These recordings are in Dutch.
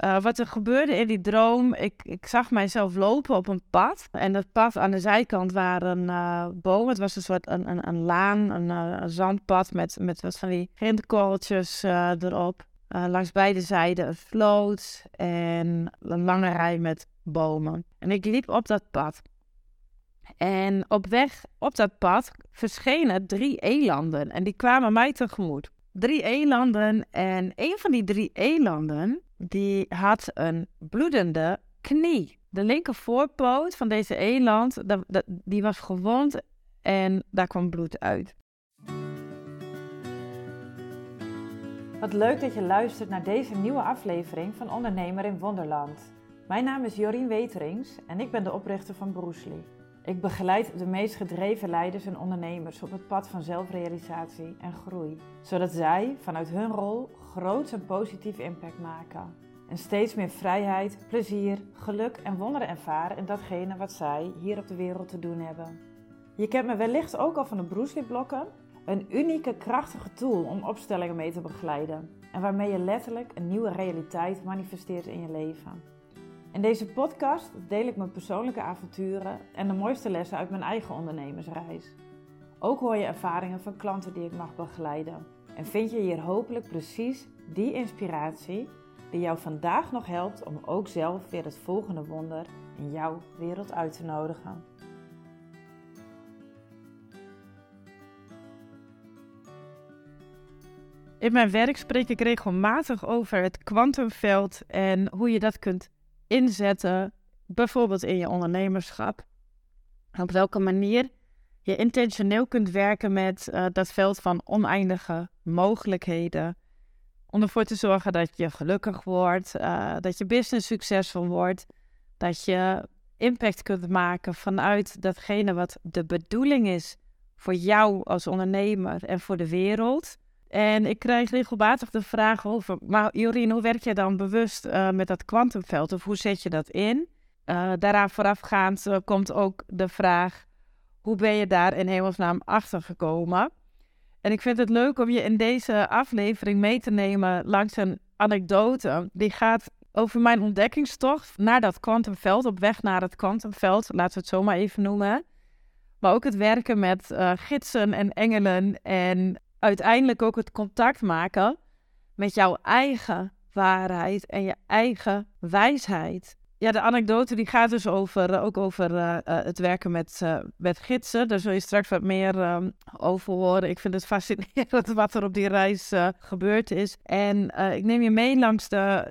wat er gebeurde in die droom, ik zag mijzelf lopen op een pad. En dat pad aan de zijkant waren bomen. Het was een soort een laan, een zandpad met wat van die grindkorreltjes erop. Langs beide zijden een sloot en een lange rij met bomen. En ik liep op dat pad. En op weg op dat pad verschenen 3 elanden en die kwamen mij tegemoet. 3 elanden en een van die 3 elanden die had een bloedende knie. De linker voorpoot van deze eland, die was gewond en daar kwam bloed uit. Wat leuk dat je luistert naar deze nieuwe aflevering van Ondernemer in Wonderland. Mijn naam is Jorien Weterings en ik ben de oprichter van Broesli. Ik begeleid de meest gedreven leiders en ondernemers op het pad van zelfrealisatie en groei. Zodat zij vanuit hun rol groots en positief impact maken. En steeds meer vrijheid, plezier, geluk en wonderen ervaren in datgene wat zij hier op de wereld te doen hebben. Je kent me wellicht ook al van de Broesli-blokken. Een unieke, krachtige tool om opstellingen mee te begeleiden. En waarmee je letterlijk een nieuwe realiteit manifesteert in je leven. In deze podcast deel ik mijn persoonlijke avonturen en de mooiste lessen uit mijn eigen ondernemersreis. Ook hoor je ervaringen van klanten die ik mag begeleiden. En vind je hier hopelijk precies die inspiratie die jou vandaag nog helpt om ook zelf weer het volgende wonder in jouw wereld uit te nodigen. In mijn werk spreek ik regelmatig over het kwantumveld en hoe je dat kunt inzetten, bijvoorbeeld in je ondernemerschap. Op welke manier je intentioneel kunt werken met dat veld van oneindige mogelijkheden. Om ervoor te zorgen dat je gelukkig wordt, dat je business succesvol wordt, dat je impact kunt maken vanuit datgene wat de bedoeling is voor jou als ondernemer en voor de wereld. En ik krijg regelmatig de vraag over, maar Jorien, hoe werk je dan bewust met dat kwantumveld? Of hoe zet je dat in? Daaraan voorafgaand komt ook de vraag, hoe ben je daar in hemelsnaam achter gekomen? En ik vind het leuk om je in deze aflevering mee te nemen langs een anekdote. Die gaat over mijn ontdekkingstocht naar dat kwantumveld, op weg naar het kwantumveld, laten we het zo maar even noemen. Maar ook het werken met gidsen en engelen en uiteindelijk ook het contact maken met jouw eigen waarheid en je eigen wijsheid. Ja, de anekdote die gaat dus over het werken met gidsen. Daar zul je straks wat meer over horen. Ik vind het fascinerend wat er op die reis gebeurd is. En ik neem je mee langs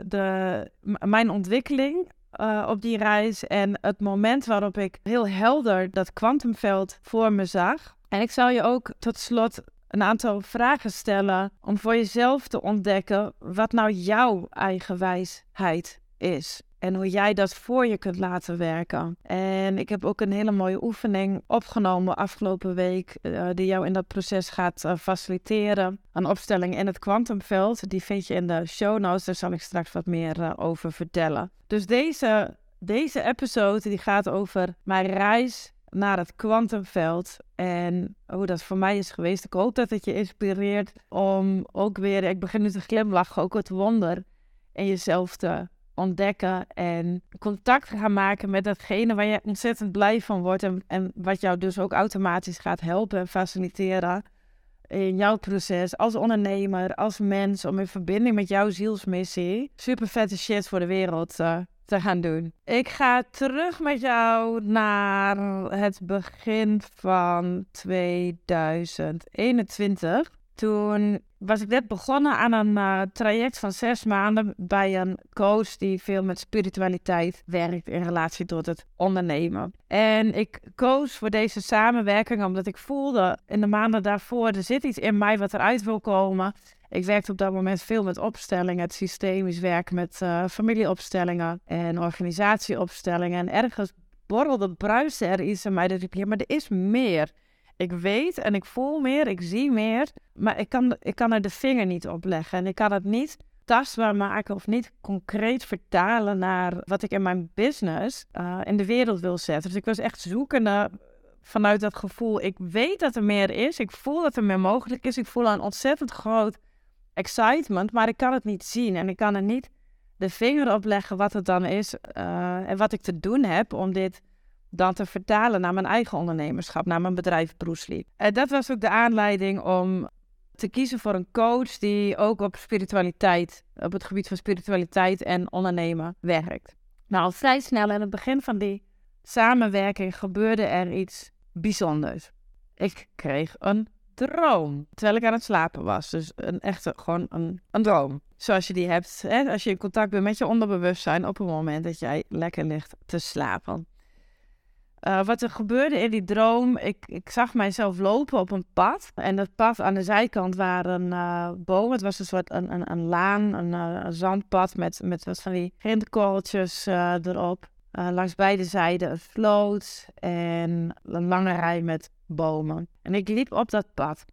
mijn ontwikkeling op die reis en het moment waarop ik heel helder dat kwantumveld voor me zag. En ik zal je ook tot slot een aantal vragen stellen om voor jezelf te ontdekken wat nou jouw eigen wijsheid is. En hoe jij dat voor je kunt laten werken. En ik heb ook een hele mooie oefening opgenomen afgelopen week. Die jou in dat proces gaat faciliteren. Een opstelling in het kwantumveld. Die vind je in de show notes. Daar zal ik straks wat meer over vertellen. Dus deze episode die gaat over mijn reis naar het kwantumveld en hoe dat voor mij is geweest. Ik hoop dat het je inspireert om ook weer, ik begin nu te glimlachen, ook het wonder in jezelf te ontdekken en contact gaan maken met datgene waar je ontzettend blij van wordt en wat jou dus ook automatisch gaat helpen en faciliteren in jouw proces als ondernemer, als mens, om in verbinding met jouw zielsmissie super vette shit voor de wereld te gaan doen. Ik ga terug met jou naar het begin van 2021. Toen was ik net begonnen aan een traject van 6 maanden bij een coach die veel met spiritualiteit werkt in relatie tot het ondernemen. En ik koos voor deze samenwerking omdat ik voelde in de maanden daarvoor, er zit iets in mij wat eruit wil komen. Ik werkte op dat moment veel met opstellingen, het systemisch werken met familieopstellingen en organisatieopstellingen. En ergens bruiste er iets in mij dat ik, ja, maar er is meer. Ik weet en ik voel meer, ik zie meer, maar ik kan er de vinger niet op leggen. En ik kan het niet tastbaar maken of niet concreet vertalen naar wat ik in mijn business in de wereld wil zetten. Dus ik was echt zoekende vanuit dat gevoel. Ik weet dat er meer is, ik voel dat er meer mogelijk is. Ik voel een ontzettend groot excitement, maar ik kan het niet zien en ik kan er niet de vinger op leggen wat het dan is en wat ik te doen heb om dit dan te vertalen naar mijn eigen ondernemerschap, naar mijn bedrijf Broesli. En dat was ook de aanleiding om te kiezen voor een coach die ook op het gebied van spiritualiteit en ondernemen werkt. Nou, al vrij snel in het begin van die samenwerking gebeurde er iets bijzonders. Ik kreeg een droom, terwijl ik aan het slapen was. Dus gewoon een droom. Zoals je die hebt, hè, als je in contact bent met je onderbewustzijn op het moment dat jij lekker ligt te slapen. Wat er gebeurde in die droom, ik zag mijzelf lopen op een pad. En dat pad aan de zijkant waren bomen. Het was een soort een laan, een zandpad met wat van die grindkorreltjes erop. Langs beide zijden een sloot en een lange rij met bomen. En ik liep op dat pad.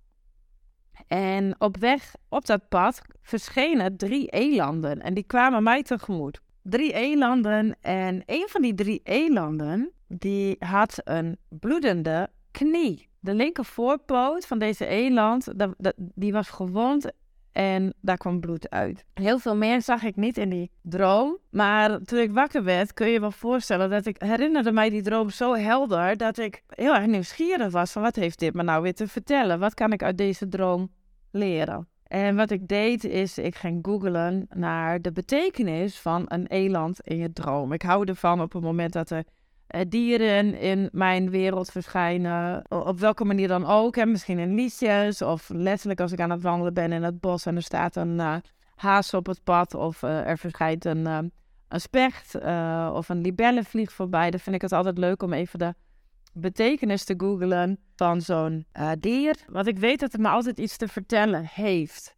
En op weg op dat pad verschenen 3 elanden. En die kwamen mij tegemoet. 3 elanden en een van die 3 elanden, die had een bloedende knie. De linker voorpoot van deze eland, die was gewond en daar kwam bloed uit. Heel veel meer zag ik niet in die droom. Maar toen ik wakker werd, kun je je wel voorstellen dat ik herinnerde mij die droom zo helder dat ik heel erg nieuwsgierig was van wat heeft dit me nou weer te vertellen? Wat kan ik uit deze droom leren? En wat ik deed is, ik ging googlen naar de betekenis van een eland in je droom. Ik hou ervan op het moment dat er dieren in mijn wereld verschijnen. Op welke manier dan ook. Hè? Misschien in liedjes of letterlijk als ik aan het wandelen ben in het bos en er staat een haas op het pad. Of er verschijnt een specht of een libellenvlieg voorbij. Dan vind ik het altijd leuk om even de betekenis te googlen van zo'n dier. Want ik weet dat het me altijd iets te vertellen heeft.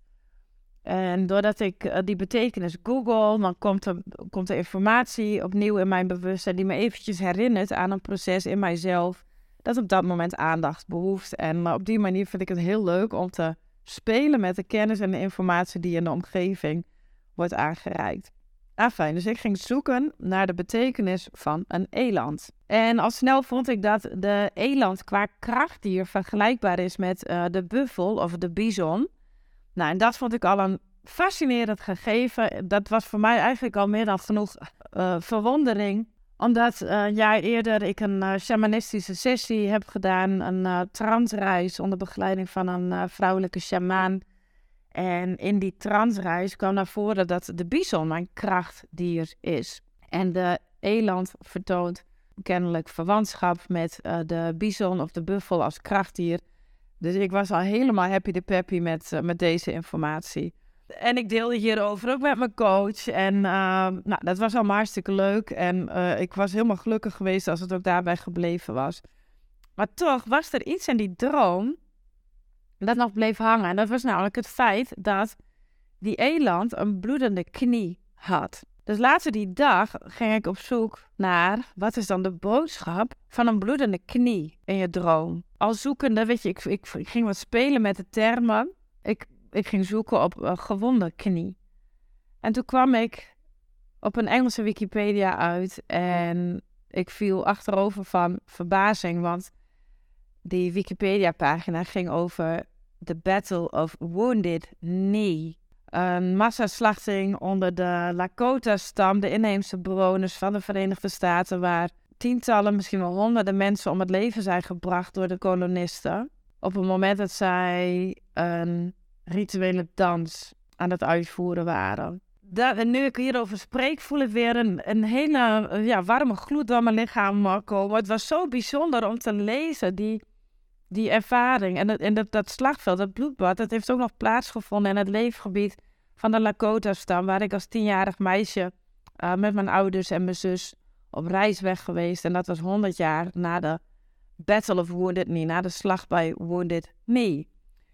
En doordat ik die betekenis google, dan komt er informatie opnieuw in mijn bewustzijn die me eventjes herinnert aan een proces in mijzelf dat op dat moment aandacht behoeft. En op die manier vind ik het heel leuk om te spelen met de kennis en de informatie die in de omgeving wordt aangereikt. Fijn, dus ik ging zoeken naar de betekenis van een eland. En al snel vond ik dat de eland qua krachtdier vergelijkbaar is met de buffel of de bison. Nou, en dat vond ik al een fascinerend gegeven. Dat was voor mij eigenlijk al meer dan genoeg verwondering. Omdat een jaar eerder ik een shamanistische sessie heb gedaan. Een transreis onder begeleiding van een vrouwelijke shamaan. En in die transreis kwam naar voren dat de bison mijn krachtdier is. En de eland vertoont kennelijk verwantschap met de bison of de buffel als krachtdier. Dus ik was al helemaal happy de peppy met deze informatie. En ik deelde hierover ook met mijn coach. En dat was allemaal hartstikke leuk. En ik was helemaal gelukkig geweest als het ook daarbij gebleven was. Maar toch was er iets in die droom dat nog bleef hangen. En dat was namelijk het feit dat die eland een bloedende knie had. Dus later die dag ging ik op zoek naar wat is dan de boodschap van een bloedende knie in je droom. Al zoekende, weet je, ik ging wat spelen met de termen. Ik ging zoeken op een gewonde knie. En toen kwam ik op een Engelse Wikipedia uit en ik viel achterover van verbazing, want die Wikipedia-pagina ging over The Battle of Wounded Knee. Een massaslachting onder de Lakota-stam, de inheemse bewoners van de Verenigde Staten, waar tientallen, misschien wel honderden mensen om het leven zijn gebracht door de kolonisten. Op het moment dat zij een rituele dans aan het uitvoeren waren. En nu ik hierover spreek, voel ik weer een hele warme gloed door mijn lichaam komen. Het was zo bijzonder om te lezen, die ervaring. En dat slagveld, dat bloedbad, dat heeft ook nog plaatsgevonden in het leefgebied van de Lakota-stam, waar ik als 10-jarig meisje met mijn ouders en mijn zus op reis weg geweest. En dat was 100 jaar na de Battle of Wounded Knee, na de slag bij Wounded Knee.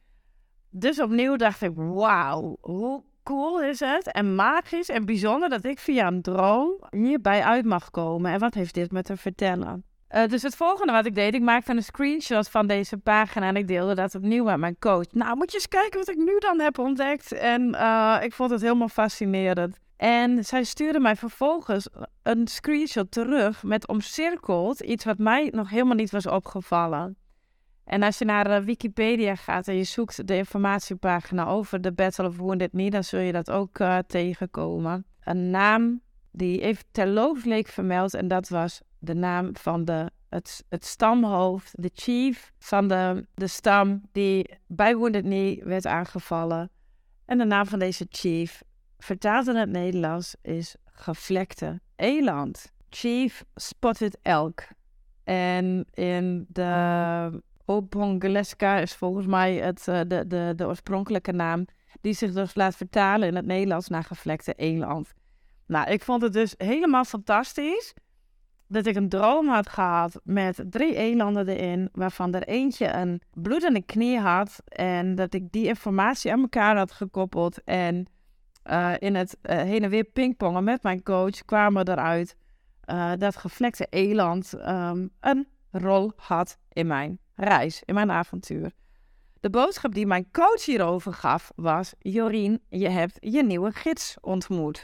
Dus opnieuw dacht ik, wauw, hoe cool is het en magisch en bijzonder dat ik via een droom hierbij uit mag komen. En wat heeft dit me te vertellen? Dus het volgende wat ik deed, ik maakte een screenshot van deze pagina en ik deelde dat opnieuw met mijn coach. Nou, moet je eens kijken wat ik nu dan heb ontdekt. En ik vond het helemaal fascinerend. En zij stuurde mij vervolgens een screenshot terug met omcirkeld iets wat mij nog helemaal niet was opgevallen. En als je naar Wikipedia gaat en je zoekt de informatiepagina over de Battle of Wounded Knee, dan zul je dat ook tegenkomen. een naam die even terloops leek vermeld. En dat was de naam van het stamhoofd, de chief van de stam die bij Wounded Knee werd aangevallen. En de naam van deze chief, vertaald in het Nederlands, is gevlekte eland. Chief Spotted Elk. En in de Opongelesca is volgens mij de oorspronkelijke naam, die zich dus laat vertalen in het Nederlands naar gevlekte eland. Nou, ik vond het dus helemaal fantastisch dat ik een droom had gehad met 3 elanden erin, waarvan er eentje een bloedende knie had en dat ik die informatie aan elkaar had gekoppeld en in het heen en weer pingpongen met mijn coach kwamen eruit dat gevlekte eland een rol had in mijn reis, in mijn avontuur. De boodschap die mijn coach hierover gaf was: Jorien, je hebt je nieuwe gids ontmoet.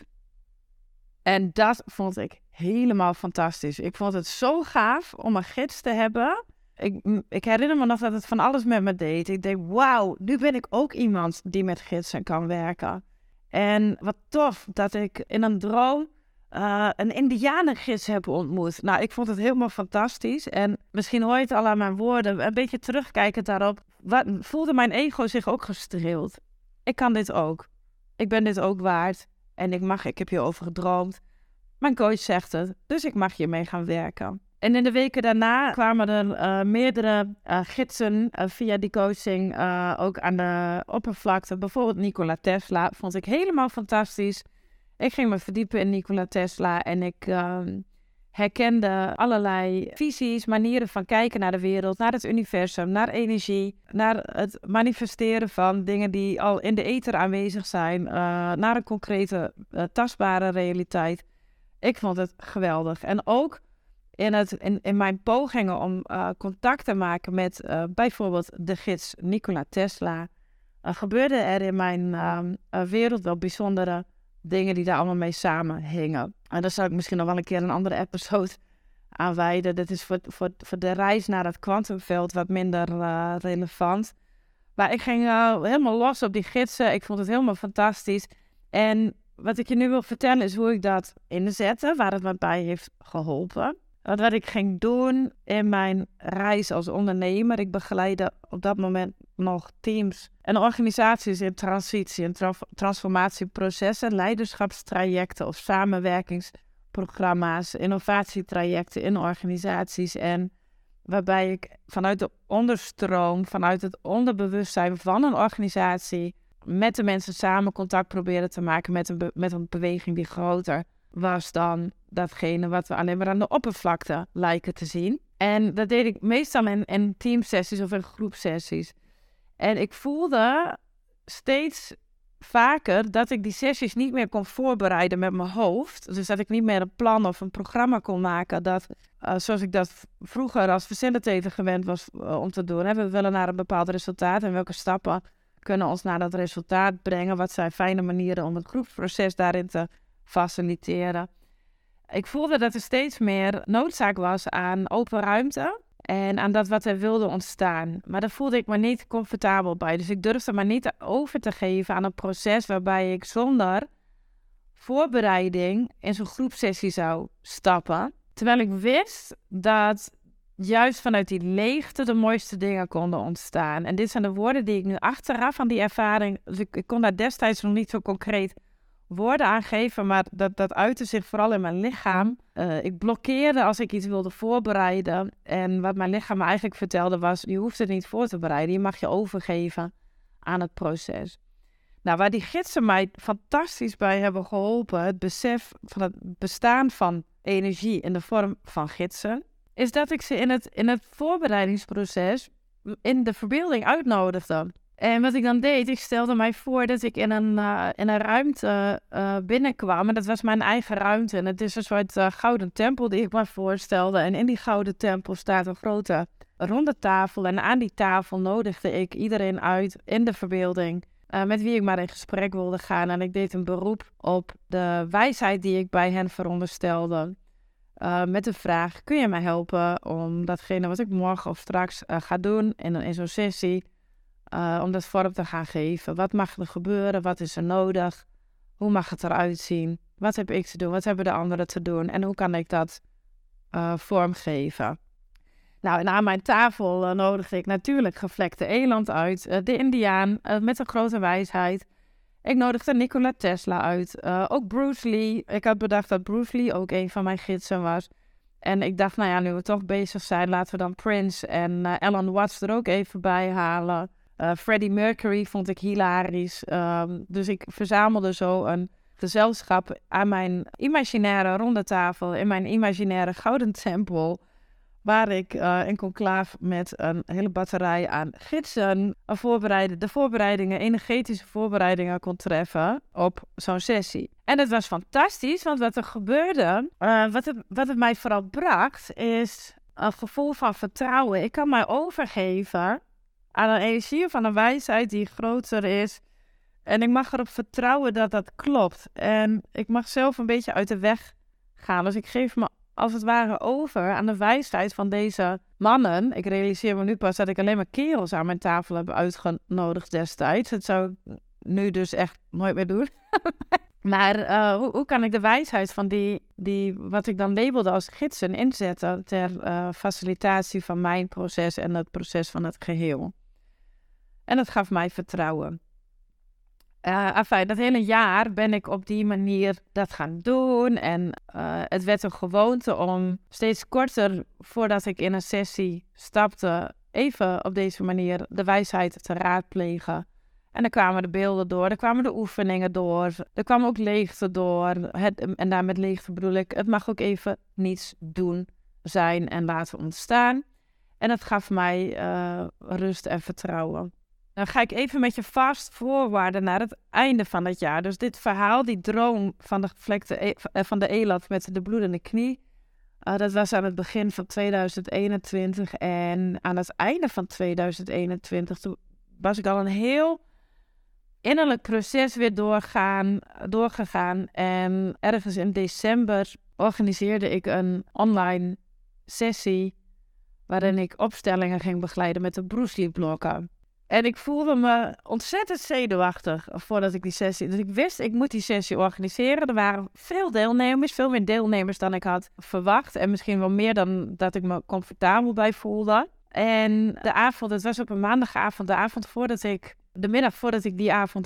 En dat vond ik helemaal fantastisch. Ik vond het zo gaaf om een gids te hebben. Ik herinner me nog dat het van alles met me deed. Ik denk, wauw, nu ben ik ook iemand die met gidsen kan werken. En wat tof dat ik in een droom een indianengids heb ontmoet. Nou, ik vond het helemaal fantastisch. En misschien hoor je het al aan mijn woorden. Een beetje terugkijkend daarop. Voelde mijn ego zich ook gestreeld. Ik kan dit ook. Ik ben dit ook waard. En ik heb hierover gedroomd. Mijn coach zegt het, dus ik mag hiermee gaan werken. En in de weken daarna kwamen er meerdere gidsen via die coaching ook aan de oppervlakte. Bijvoorbeeld Nikola Tesla, vond ik helemaal fantastisch. Ik ging me verdiepen in Nikola Tesla en ik herkende allerlei visies, manieren van kijken naar de wereld, naar het universum, naar energie, naar het manifesteren van dingen die al in de ether aanwezig zijn, naar een concrete, tastbare realiteit. Ik vond het geweldig. En ook in mijn pogingen om contact te maken met bijvoorbeeld de gids Nikola Tesla, gebeurde er in mijn wereld wel bijzondere dingen die daar allemaal mee samenhingen. En daar zou ik misschien nog wel een keer een andere episode aan wijden. Dit is voor de reis naar het kwantumveld wat minder relevant. Maar ik ging helemaal los op die gidsen. Ik vond het helemaal fantastisch. En wat ik je nu wil vertellen is hoe ik dat inzette, waar het me bij heeft geholpen. Wat ik ging doen in mijn reis als ondernemer. Ik begeleidde op dat moment nog teams en organisaties in transitie- en transformatieprocessen, leiderschapstrajecten of samenwerkingsprogramma's, innovatietrajecten in organisaties. En waarbij ik vanuit de onderstroom, vanuit het onderbewustzijn van een organisatie, met de mensen samen contact probeerde te maken met een beweging die groter was dan datgene wat we alleen maar aan de oppervlakte lijken te zien. En dat deed ik meestal in teamsessies of in groepsessies. En ik voelde steeds vaker dat ik die sessies niet meer kon voorbereiden met mijn hoofd. Dus dat ik niet meer een plan of een programma kon maken dat, zoals ik dat vroeger als facilitator gewend was om te doen. We willen naar een bepaald resultaat en welke stappen kunnen ons naar dat resultaat brengen. Wat zijn fijne manieren om het groepsproces daarin te faciliteren. Ik voelde dat er steeds meer noodzaak was aan open ruimte en aan dat wat er wilde ontstaan. Maar daar voelde ik me niet comfortabel bij. Dus ik durfde me niet over te geven aan een proces waarbij ik zonder voorbereiding in zo'n groepsessie zou stappen. Terwijl ik wist dat juist vanuit die leegte de mooiste dingen konden ontstaan. En dit zijn de woorden die ik nu achteraf aan die ervaring... Dus ik kon daar destijds nog niet zo concreet woorden aan geven, maar dat uitte zich vooral in mijn lichaam. Ik blokkeerde als ik iets wilde voorbereiden. En wat mijn lichaam me eigenlijk vertelde was, je hoeft het niet voor te bereiden. Je mag je overgeven aan het proces. Nou, waar die gidsen mij fantastisch bij hebben geholpen, het besef van het bestaan van energie in de vorm van gidsen, is dat ik ze in het voorbereidingsproces in de verbeelding uitnodigde. En wat ik dan deed, ik stelde mij voor dat ik in een ruimte binnenkwam. En dat was mijn eigen ruimte. En het is een soort gouden tempel die ik me voorstelde. En in die gouden tempel staat een grote ronde tafel. En aan die tafel nodigde ik iedereen uit in de verbeelding, met wie ik maar in gesprek wilde gaan. En ik deed een beroep op de wijsheid die ik bij hen veronderstelde. Met de vraag, kun je mij helpen om datgene wat ik morgen of straks ga doen in zo'n sessie, om dat vorm te gaan geven. Wat mag er gebeuren? Wat is er nodig? Hoe mag het eruit zien? Wat heb ik te doen? Wat hebben de anderen te doen? En hoe kan ik dat vormgeven? Nou, en aan mijn tafel nodigde ik natuurlijk gevlekte eland uit. De Indiaan met een grote wijsheid. Ik nodigde Nikola Tesla uit. Ook Bruce Lee. Ik had bedacht dat Bruce Lee ook een van mijn gidsen was. En ik dacht, nou ja, nu we toch bezig zijn, laten we dan Prince en Alan Watts er ook even bij halen. Freddie Mercury vond ik hilarisch. Dus ik verzamelde zo een gezelschap aan mijn imaginaire ronde tafel in mijn imaginaire gouden tempel, waar ik in conclave met een hele batterij aan gidsen de voorbereidingen, energetische voorbereidingen kon treffen op zo'n sessie. En het was fantastisch, want wat er gebeurde, wat het mij vooral bracht, is een gevoel van vertrouwen. Ik kan mij overgeven aan een energie van een wijsheid die groter is. En ik mag erop vertrouwen dat dat klopt. En ik mag zelf een beetje uit de weg gaan. Dus ik geef me als het ware over aan de wijsheid van deze mannen. Ik realiseer me nu pas dat ik alleen maar kerels aan mijn tafel heb uitgenodigd destijds. Dat zou ik nu dus echt nooit meer doen. Maar hoe kan ik de wijsheid van die wat ik dan labelde als gidsen inzetten ter facilitatie van mijn proces en het proces van het geheel? En dat gaf mij vertrouwen. Dat hele jaar ben ik op die manier dat gaan doen. En het werd een gewoonte om steeds korter voordat ik in een sessie stapte, even op deze manier de wijsheid te raadplegen. En dan kwamen de beelden door, er kwamen de oefeningen door, er kwam ook leegte door. En daar met leegte bedoel ik, het mag ook even niets doen, zijn en laten ontstaan. En dat gaf mij rust en vertrouwen. Dan ga ik even met je fast forwarden naar het einde van het jaar. Dus dit verhaal, die droom van de gevlekte van de eland met de bloedende knie, dat was aan het begin van 2021. En aan het einde van 2021, toen was ik al een heel innerlijk proces weer doorgegaan. En ergens in december organiseerde ik een online sessie waarin ik opstellingen ging begeleiden met de Bruce Lee blokken. En ik voelde me ontzettend zenuwachtig voordat ik die sessie... Dus ik wist, ik moet die sessie organiseren. Er waren veel meer deelnemers dan ik had verwacht. En misschien wel meer dan dat ik me comfortabel bij voelde. En de avond, het was op een maandagavond, de middag voordat ik die avond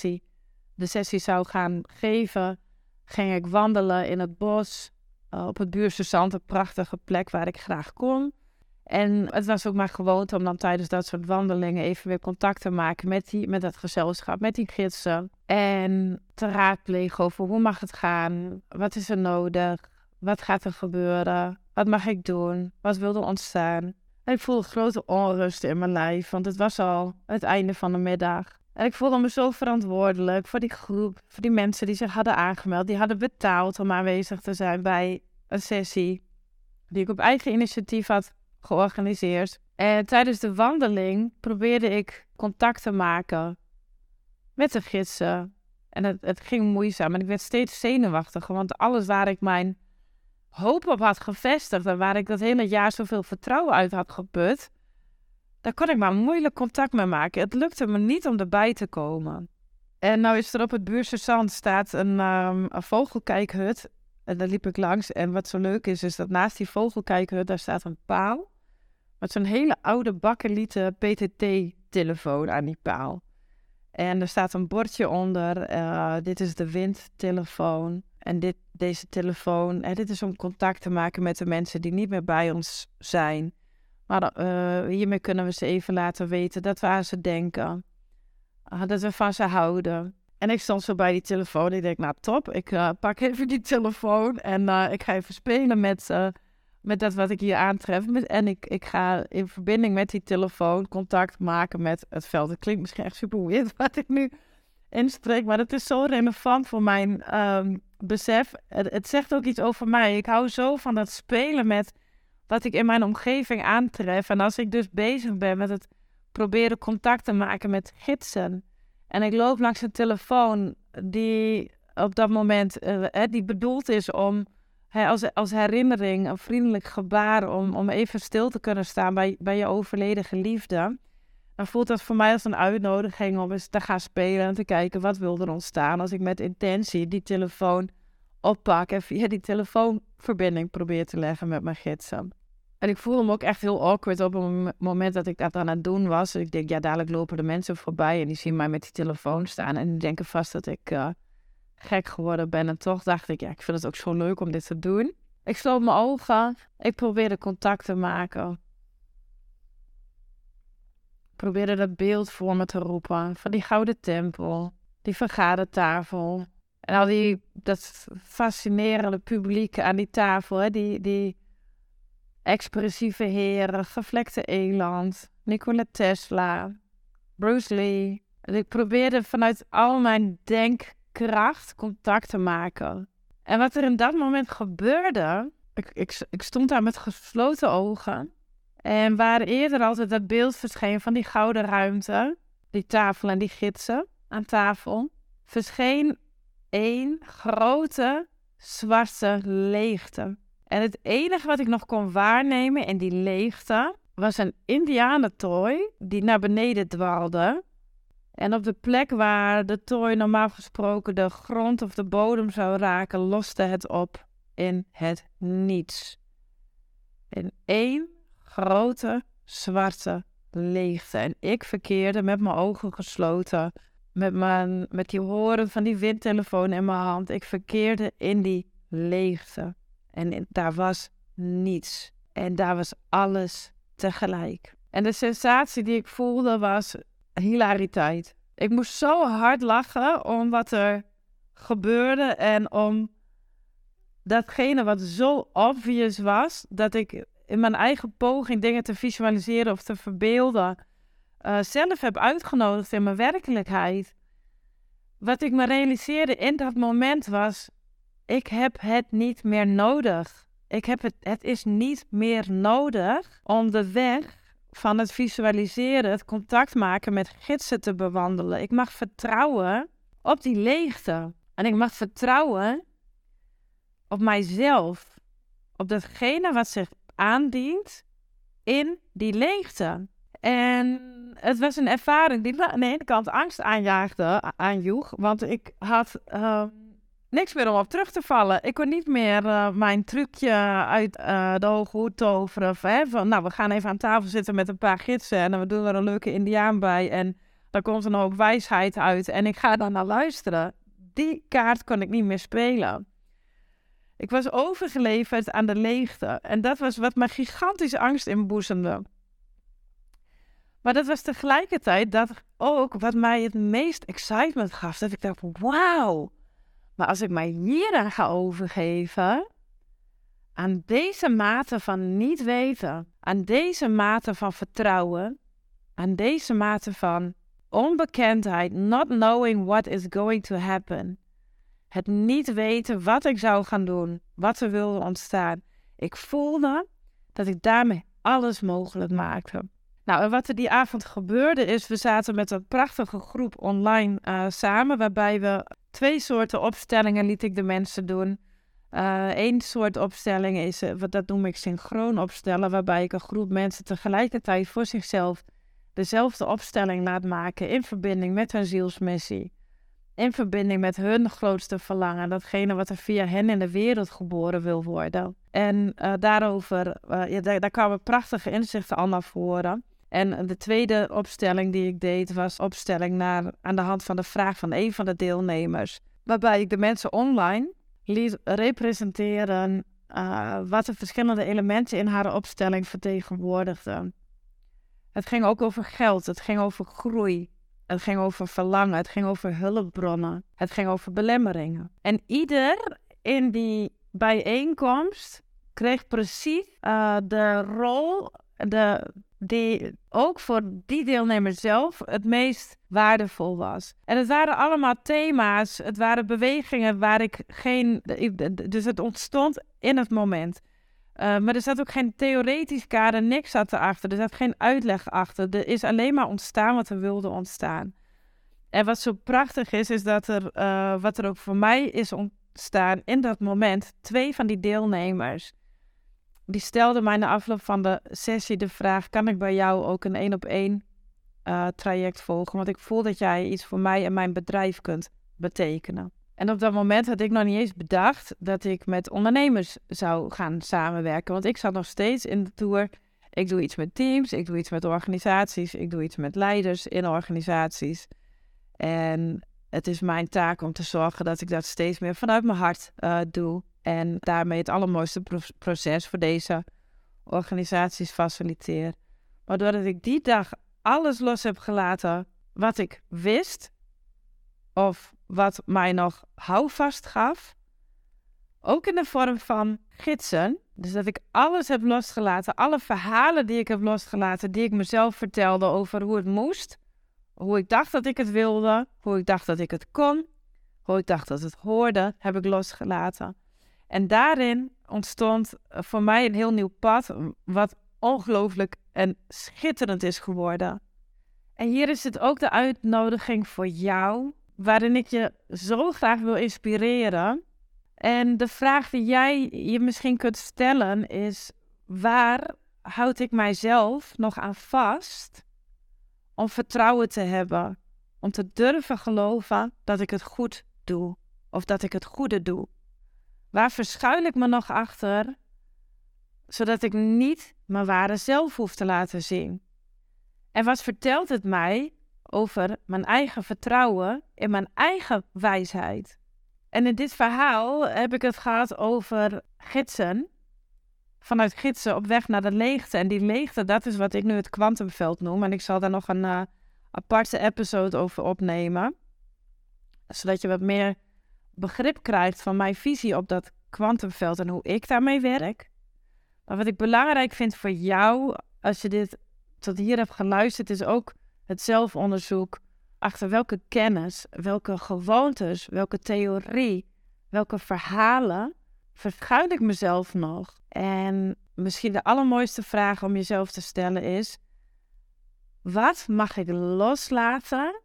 de sessie zou gaan geven, ging ik wandelen in het bos, op het Buurse Zand, een prachtige plek waar ik graag kom. En het was ook maar gewoonte om dan tijdens dat soort wandelingen even weer contact te maken met dat gezelschap, met die gidsen. En te raadplegen over hoe mag het gaan, wat is er nodig, wat gaat er gebeuren, wat mag ik doen, wat wil er ontstaan. En ik voelde grote onrust in mijn lijf, want het was al het einde van de middag. En ik voelde me zo verantwoordelijk voor die groep, voor die mensen die zich hadden aangemeld. Die hadden betaald om aanwezig te zijn bij een sessie die ik op eigen initiatief had georganiseerd. En tijdens de wandeling probeerde ik contact te maken met de gidsen. En het ging moeizaam en ik werd steeds zenuwachtiger, want alles waar ik mijn hoop op had gevestigd en waar ik dat hele jaar zoveel vertrouwen uit had geput, daar kon ik maar moeilijk contact mee maken. Het lukte me niet om erbij te komen. En nou is er op het Buurse Zand staat een vogelkijkhut. En daar liep ik langs. En wat zo leuk is dat naast die vogelkijkhut, daar staat een paal met zo'n hele oude bakkelieten PTT-telefoon aan die paal. En er staat een bordje onder. Dit is de windtelefoon. En deze telefoon, dit is om contact te maken met de mensen die niet meer bij ons zijn. Maar hiermee kunnen we ze even laten weten dat we aan ze denken. Dat we van ze houden. En ik stond zo bij die telefoon. Ik denk, nou top, ik pak even die telefoon. En ik ga even spelen met dat wat ik hier aantref. En ik ga in verbinding met die telefoon contact maken met het veld. Het klinkt misschien echt super weird wat ik nu inspreek. Maar het is zo relevant voor mijn besef. Het zegt ook iets over mij. Ik hou zo van dat spelen met wat ik in mijn omgeving aantref. En als ik dus bezig ben met het proberen contact te maken met gidsen. En ik loop langs een telefoon die op dat moment die bedoeld is om als herinnering, een vriendelijk gebaar om even stil te kunnen staan bij je overleden geliefde. dan voelt dat voor mij als een uitnodiging om eens te gaan spelen en te kijken wat wil er ontstaan als ik met intentie die telefoon oppak en via die telefoonverbinding probeer te leggen met mijn gidsen. En ik voelde me ook echt heel awkward op het moment dat ik dat aan het doen was. Ik denk, ja, dadelijk lopen de mensen voorbij en die zien mij met die telefoon staan en die denken vast dat ik gek geworden ben. En toch dacht ik, ja, ik vind het ook zo leuk om dit te doen. Ik sloot mijn ogen, ik probeerde contact te maken. Ik probeerde dat beeld voor me te roepen van die gouden tempel, die vergadertafel. En al dat fascinerende publiek aan die tafel, hè, die expressieve heren, gevlekte eland, Nikola Tesla, Bruce Lee. En ik probeerde vanuit al mijn denkkracht contact te maken. En wat er in dat moment gebeurde, ik stond daar met gesloten ogen. En waar eerder altijd dat beeld verscheen van die gouden ruimte, die tafel en die gidsen aan tafel, verscheen één grote zwarte leegte. En het enige wat ik nog kon waarnemen in die leegte was een indianentooi die naar beneden dwaalde. En op de plek waar de tooi normaal gesproken de grond of de bodem zou raken, loste het op in het niets. In één grote zwarte leegte. En ik verkeerde met mijn ogen gesloten, met die horen van die windtelefoon in mijn hand. Ik verkeerde in die leegte. En daar was niets. En daar was alles tegelijk. En de sensatie die ik voelde was hilariteit. Ik moest zo hard lachen om wat er gebeurde en om datgene wat zo obvious was, dat ik in mijn eigen poging dingen te visualiseren of te verbeelden zelf heb uitgenodigd in mijn werkelijkheid. Wat ik me realiseerde in dat moment was, ik heb het niet meer nodig. Het is niet meer nodig om de weg van het visualiseren, het contact maken met gidsen te bewandelen. Ik mag vertrouwen op die leegte. En ik mag vertrouwen op mijzelf. Op datgene wat zich aandient in die leegte. En het was een ervaring die me aan de ene kant angst aanjoeg. Want ik had niks meer om op terug te vallen. Ik kon niet meer mijn trucje uit de hoge hoed toveren. Van, nou, we gaan even aan tafel zitten met een paar gidsen en we doen er een leuke indiaan bij. En daar komt een hoop wijsheid uit en ik ga daar naar luisteren. Die kaart kon ik niet meer spelen. Ik was overgeleverd aan de leegte. En dat was wat me gigantische angst inboezemde. Maar dat was tegelijkertijd dat ook wat mij het meest excitement gaf. Dat ik dacht, wauw. Maar als ik mij hieraan ga overgeven, aan deze mate van niet weten, aan deze mate van vertrouwen, aan deze mate van onbekendheid, not knowing what is going to happen, het niet weten wat ik zou gaan doen, wat er wilde ontstaan. Ik voelde dat ik daarmee alles mogelijk maakte. Nou, en wat er die avond gebeurde is, we zaten met een prachtige groep online samen, waarbij we 2 soorten opstellingen liet ik de mensen doen. Eén soort opstelling is, dat noem ik synchroon opstellen, waarbij ik een groep mensen tegelijkertijd voor zichzelf dezelfde opstelling laat maken in verbinding met hun zielsmissie. In verbinding met hun grootste verlangen, datgene wat er via hen in de wereld geboren wil worden. En daar kwamen prachtige inzichten al naar voren. En de tweede opstelling die ik deed was opstelling aan de hand van de vraag van een van de deelnemers. Waarbij ik de mensen online liet representeren wat de verschillende elementen in haar opstelling vertegenwoordigden. Het ging ook over geld, het ging over groei. Het ging over verlangen, het ging over hulpbronnen, het ging over belemmeringen. En ieder in die bijeenkomst kreeg precies de rol die ook voor die deelnemer zelf het meest waardevol was. En het waren allemaal thema's, het waren bewegingen waar dus het ontstond in het moment. Maar er zat ook geen theoretisch kader, niks zat erachter. Er zat geen uitleg achter. Er is alleen maar ontstaan wat er wilde ontstaan. En wat zo prachtig is dat wat er ook voor mij is ontstaan in dat moment, 2 van die deelnemers, die stelden mij na afloop van de sessie de vraag, kan ik bij jou ook een 1-op-1 traject volgen. Want ik voel dat jij iets voor mij en mijn bedrijf kunt betekenen. En op dat moment had ik nog niet eens bedacht dat ik met ondernemers zou gaan samenwerken. Want ik zat nog steeds in de tour. Ik doe iets met teams, ik doe iets met organisaties, ik doe iets met leiders in organisaties. En het is mijn taak om te zorgen dat ik dat steeds meer vanuit mijn hart doe. En daarmee het allermooiste proces voor deze organisaties faciliteer. Maar doordat ik die dag alles los heb gelaten wat ik wist, of wat mij nog houvast gaf, ook in de vorm van gidsen. Dus dat ik alles heb losgelaten, alle verhalen die ik heb losgelaten, die ik mezelf vertelde over hoe het moest, hoe ik dacht dat ik het wilde, hoe ik dacht dat ik het kon, hoe ik dacht dat het hoorde, heb ik losgelaten. En daarin ontstond voor mij een heel nieuw pad, wat ongelooflijk en schitterend is geworden. En hier is het ook de uitnodiging voor jou, waarin ik je zo graag wil inspireren. En de vraag die jij je misschien kunt stellen is: waar houd ik mijzelf nog aan vast om vertrouwen te hebben? Om te durven geloven dat ik het goed doe of dat ik het goede doe. Waar verschuil ik me nog achter, zodat ik niet mijn ware zelf hoef te laten zien? En wat vertelt het mij over mijn eigen vertrouwen in mijn eigen wijsheid? En in dit verhaal heb ik het gehad over gidsen. Vanuit gidsen op weg naar de leegte. En die leegte, dat is wat ik nu het kwantumveld noem. En ik zal daar nog een aparte episode over opnemen. Zodat je wat meer begrip krijgt van mijn visie op dat kwantumveld en hoe ik daarmee werk. Maar wat ik belangrijk vind voor jou, als je dit tot hier hebt geluisterd, is ook het zelfonderzoek. Achter welke kennis, welke gewoontes, welke theorie, welke verhalen verschuil ik mezelf nog? En misschien de allermooiste vraag om jezelf te stellen is: wat mag ik loslaten,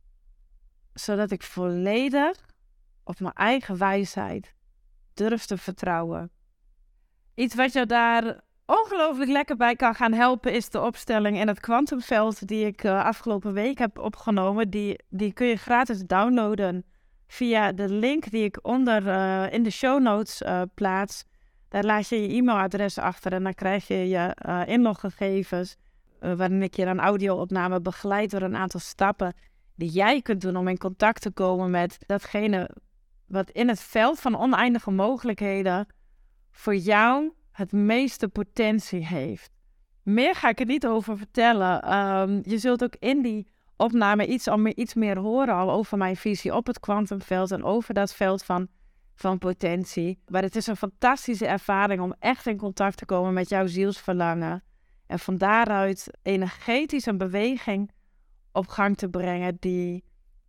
zodat ik volledig op mijn eigen wijsheid durf te vertrouwen? Iets wat jou daar ongelooflijk lekker bij kan gaan helpen is de opstelling in het kwantumveld die ik afgelopen week heb opgenomen. Die kun je gratis downloaden via de link die ik onder in de show notes plaats. Daar laat je je e-mailadres achter en dan krijg je je inloggegevens, waarin ik je een audio-opname begeleid door een aantal stappen die jij kunt doen om in contact te komen met datgene wat in het veld van oneindige mogelijkheden voor jou het meeste potentie heeft. Meer ga ik er niet over vertellen. Je zult ook in die opname iets meer horen al over mijn visie op het kwantumveld en over dat veld van potentie. Maar het is een fantastische ervaring om echt in contact te komen met jouw zielsverlangen. En van daaruit energetisch een beweging op gang te brengen die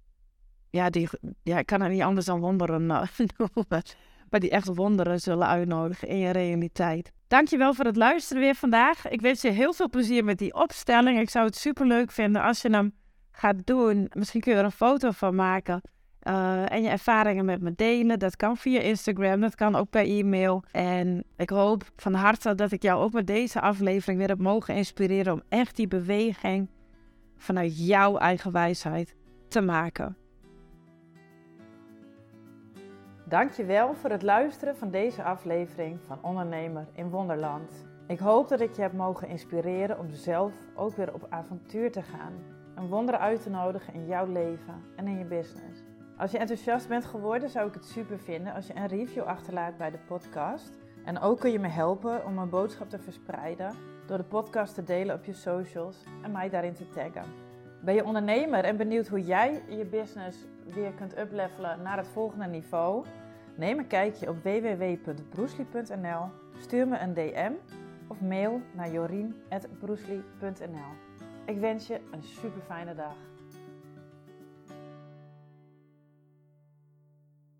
ik kan het niet anders dan wonderen noemen. Maar die echt wonderen zullen uitnodigen in je realiteit. Dankjewel voor het luisteren weer vandaag. Ik wens je heel veel plezier met die opstelling. Ik zou het superleuk vinden als je hem gaat doen. Misschien kun je er een foto van maken. En je ervaringen met me delen. Dat kan via Instagram, dat kan ook per e-mail. En ik hoop van harte dat ik jou ook met deze aflevering weer heb mogen inspireren om echt die beweging vanuit jouw eigen wijsheid te maken. Dankjewel voor het luisteren van deze aflevering van Ondernemer in Wonderland. Ik hoop dat ik je heb mogen inspireren om zelf ook weer op avontuur te gaan. Een wonder uit te nodigen in jouw leven en in je business. Als je enthousiast bent geworden, zou ik het super vinden als je een review achterlaat bij de podcast. En ook kun je me helpen om mijn boodschap te verspreiden door de podcast te delen op je socials en mij daarin te taggen. Ben je ondernemer en benieuwd hoe jij je business weer kunt uplevelen naar het volgende niveau? Neem een kijkje op www.broesli.nl, stuur me een DM of mail naar jorien@broesli.nl. Ik wens je een super fijne dag.